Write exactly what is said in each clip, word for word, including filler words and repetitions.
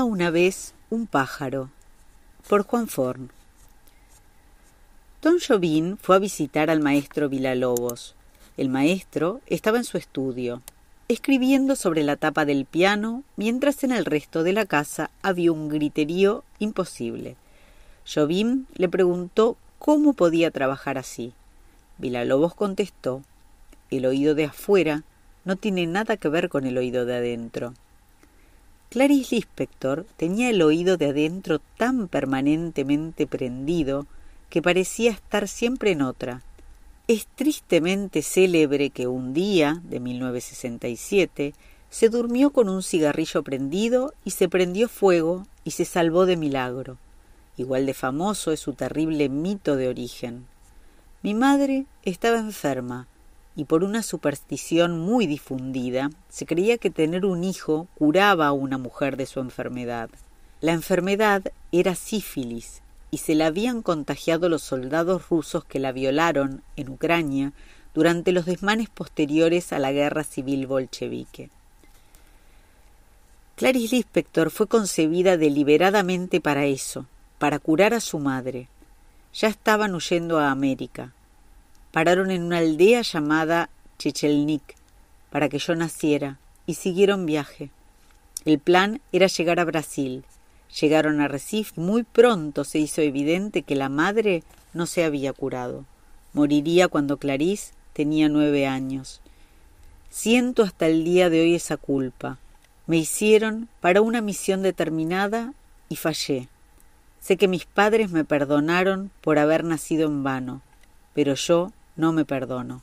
Había una vez un pájaro, por Juan Forn. Don Jobim fue a visitar al maestro Villalobos. El maestro estaba en su estudio, escribiendo sobre la tapa del piano, mientras en el resto de la casa había un griterío imposible. Jobim le preguntó cómo podía trabajar así. Villalobos contestó: el oído de afuera no tiene nada que ver con el oído de adentro. Clarice Lispector tenía el oído de adentro tan permanentemente prendido que parecía estar siempre en otra. Es tristemente célebre que un día, de mil novecientos sesenta y siete, se durmió con un cigarrillo prendido y se prendió fuego y se salvó de milagro. Igual de famoso es su terrible mito de origen. Mi madre estaba enferma y por una superstición muy difundida se creía que tener un hijo curaba a una mujer de su enfermedad. La enfermedad era sífilis y se la habían contagiado los soldados rusos que la violaron en Ucrania durante los desmanes posteriores a la guerra civil bolchevique. Clarice Lispector fue concebida deliberadamente para eso, para curar a su madre. Ya estaban huyendo a América. Pararon en una aldea llamada Chechelnik para que yo naciera y siguieron viaje. El plan era llegar a Brasil. Llegaron a Recife y muy pronto se hizo evidente que la madre no se había curado. Moriría cuando Clarice tenía nueve años. Siento hasta el día de hoy esa culpa. Me hicieron para una misión determinada y fallé. Sé que mis padres me perdonaron por haber nacido en vano, pero yo no me perdono.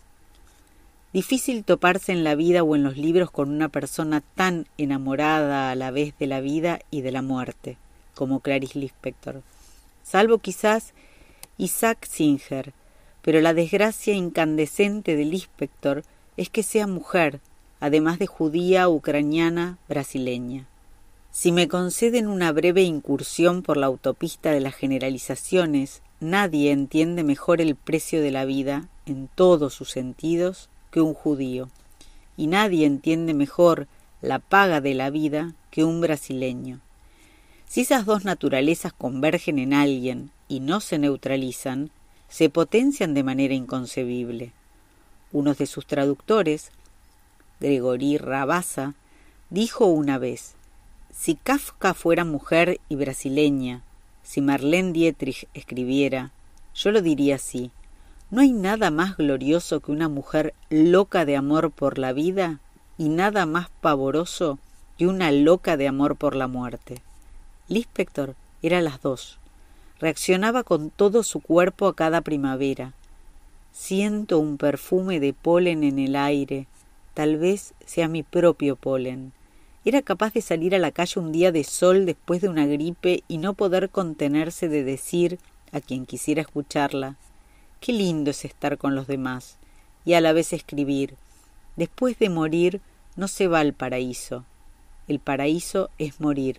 Difícil toparse en la vida o en los libros con una persona tan enamorada a la vez de la vida y de la muerte, como Clarice Lispector. Salvo quizás Isaac Singer, pero la desgracia incandescente de Lispector es que sea mujer, además de judía, ucraniana, brasileña. Si me conceden una breve incursión por la autopista de las generalizaciones, nadie entiende mejor el precio de la vida, en todos sus sentidos, que un judío, y nadie entiende mejor la paga de la vida que un brasileño. Si esas dos naturalezas convergen en alguien y no se neutralizan, se potencian de manera inconcebible. Uno de sus traductores, Gregory Rabassa, dijo una vez: si Kafka fuera mujer y brasileña, si Marlene Dietrich escribiera, yo lo diría así: ¿no hay nada más glorioso que una mujer loca de amor por la vida y nada más pavoroso que una loca de amor por la muerte? Lispector era las dos. Reaccionaba con todo su cuerpo a cada primavera. Siento un perfume de polen en el aire, tal vez sea mi propio polen. Era capaz de salir a la calle un día de sol después de una gripe y no poder contenerse de decir a quien quisiera escucharla: qué lindo es estar con los demás, y a la vez escribir: después de morir no se va al paraíso, el paraíso es morir.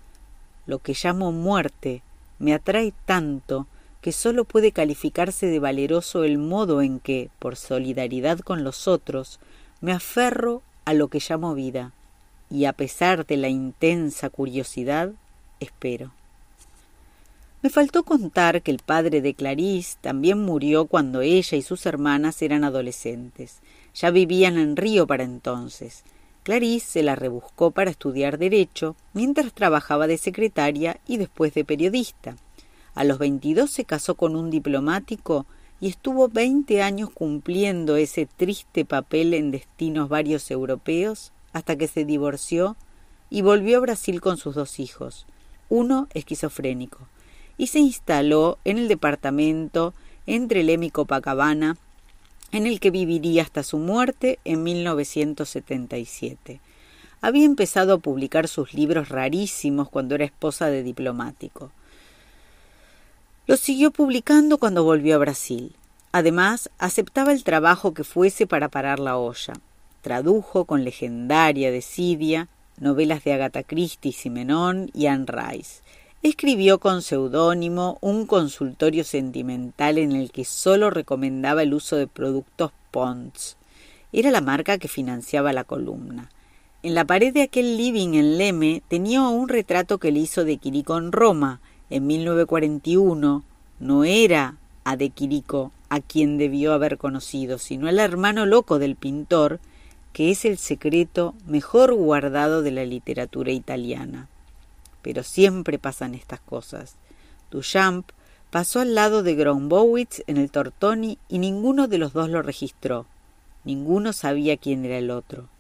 Lo que llamo muerte me atrae tanto que sólo puede calificarse de valeroso el modo en que, por solidaridad con los otros, me aferro a lo que llamo vida, y a pesar de la intensa curiosidad, espero. Me faltó contar que el padre de Clarice también murió cuando ella y sus hermanas eran adolescentes. Ya vivían en Río para entonces. Clarice se la rebuscó para estudiar Derecho, mientras trabajaba de secretaria y después de periodista. A los veintidós se casó con un diplomático y estuvo veinte años cumpliendo ese triste papel en destinos varios europeos hasta que se divorció y volvió a Brasil con sus dos hijos, uno esquizofrénico, y se instaló en el departamento entre Leme y Copacabana, en el que viviría hasta su muerte en mil novecientos setenta y siete. Había empezado a publicar sus libros rarísimos cuando era esposa de diplomático. Los siguió publicando cuando volvió a Brasil. Además, aceptaba el trabajo que fuese para parar la olla. Tradujo con legendaria desidia novelas de Agatha Christie, Simenon y Anne Rice. Escribió con seudónimo un consultorio sentimental en el que solo recomendaba el uso de productos Pond's. Era la marca que financiaba la columna. En la pared de aquel living en Leme tenía un retrato que le hizo de Chirico en Roma en mil novecientos cuarenta y uno. No era a de Chirico a quien debió haber conocido, sino al hermano loco del pintor, que es el secreto mejor guardado de la literatura italiana. Pero siempre pasan estas cosas. Duchamp pasó al lado de Grombowitz en el Tortoni y ninguno de los dos lo registró. Ninguno sabía quién era el otro.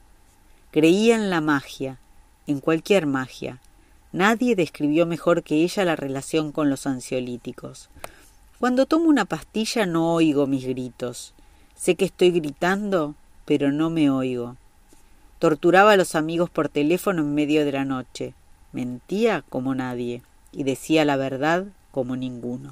Creía en la magia, en cualquier magia. Nadie describió mejor que ella la relación con los ansiolíticos. Cuando tomo una pastilla no oigo mis gritos. Sé que estoy gritando, pero no me oigo. Torturaba a los amigos por teléfono en medio de la noche. Mentía como nadie y decía la verdad como ninguno.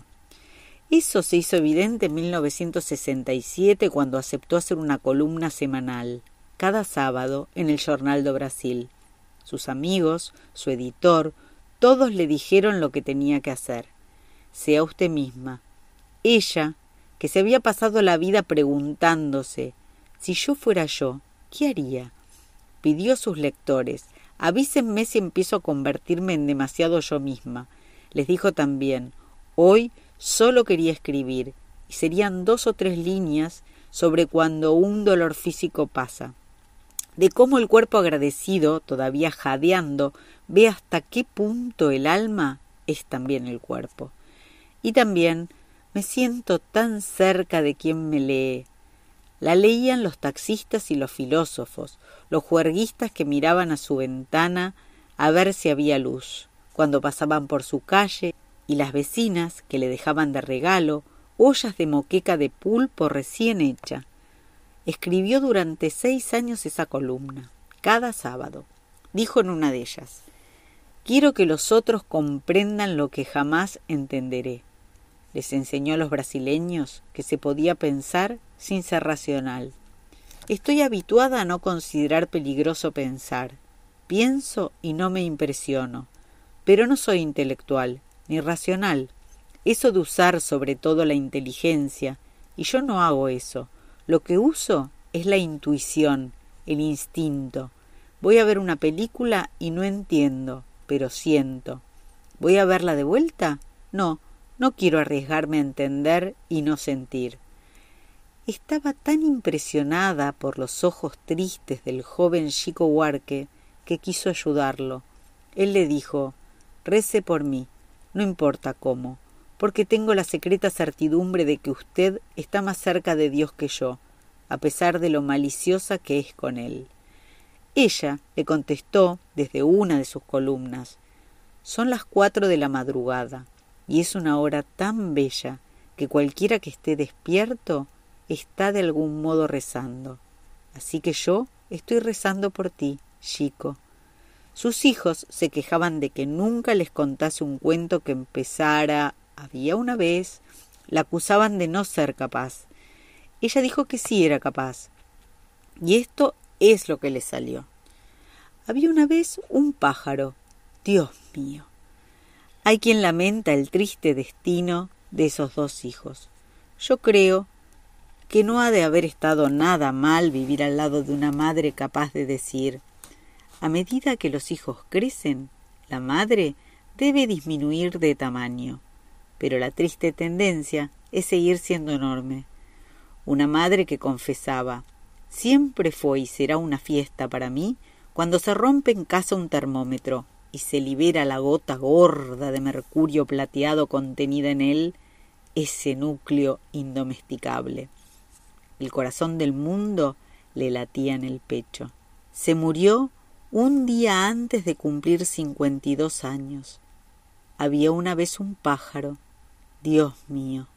Eso se hizo evidente en mil novecientos sesenta y siete cuando aceptó hacer una columna semanal, cada sábado, en el Jornal do Brasil. Sus amigos, su editor, todos le dijeron lo que tenía que hacer. Sea usted misma. Ella, que se había pasado la vida preguntándose, si yo fuera yo, ¿qué haría? Pidió a sus lectores, avísenme si empiezo a convertirme en demasiado yo misma. Les dijo también, hoy solo quería escribir, y serían dos o tres líneas sobre cuando un dolor físico pasa. De cómo el cuerpo agradecido, todavía jadeando, ve hasta qué punto el alma es también el cuerpo. Y también me siento tan cerca de quien me lee. La leían los taxistas y los filósofos, los juerguistas que miraban a su ventana a ver si había luz, cuando pasaban por su calle, y las vecinas que le dejaban de regalo ollas de moqueca de pulpo recién hecha. Escribió durante seis años esa columna, cada sábado. Dijo en una de ellas, «Quiero que los otros comprendan lo que jamás entenderé». Les enseñó a los brasileños que se podía pensar sin ser racional. Estoy habituada a no considerar peligroso pensar. Pienso y no me impresiono. Pero no soy intelectual, ni racional. Eso de usar sobre todo la inteligencia, y yo no hago eso. Lo que uso es la intuición, el instinto. Voy a ver una película y no entiendo, pero siento. ¿Voy a verla de vuelta? No, no quiero arriesgarme a entender y no sentir. Estaba tan impresionada por los ojos tristes del joven Chico Buarque que quiso ayudarlo. Él le dijo, «Rece por mí, no importa cómo, porque tengo la secreta certidumbre de que usted está más cerca de Dios que yo, a pesar de lo maliciosa que es con él». Ella le contestó desde una de sus columnas, «Son las cuatro de la madrugada, y es una hora tan bella que cualquiera que esté despierto está de algún modo rezando. Así que yo estoy rezando por ti, Chico». Sus hijos se quejaban de que nunca les contase un cuento que empezara «Había una vez». La acusaban de no ser capaz. Ella dijo que sí era capaz. Y esto es lo que le salió. Había una vez un pájaro. Dios mío. Hay quien lamenta el triste destino de esos dos hijos. Yo creo que no ha de haber estado nada mal vivir al lado de una madre capaz de decir, a medida que los hijos crecen, la madre debe disminuir de tamaño, pero la triste tendencia es seguir siendo enorme. Una madre que confesaba, siempre fue y será una fiesta para mí cuando se rompe en casa un termómetro y se libera la gota gorda de mercurio plateado contenida en él, ese núcleo indomesticable. El corazón del mundo le latía en el pecho. Se murió un día antes de cumplir cincuenta y dos años. Había una vez un pájaro. Dios mío.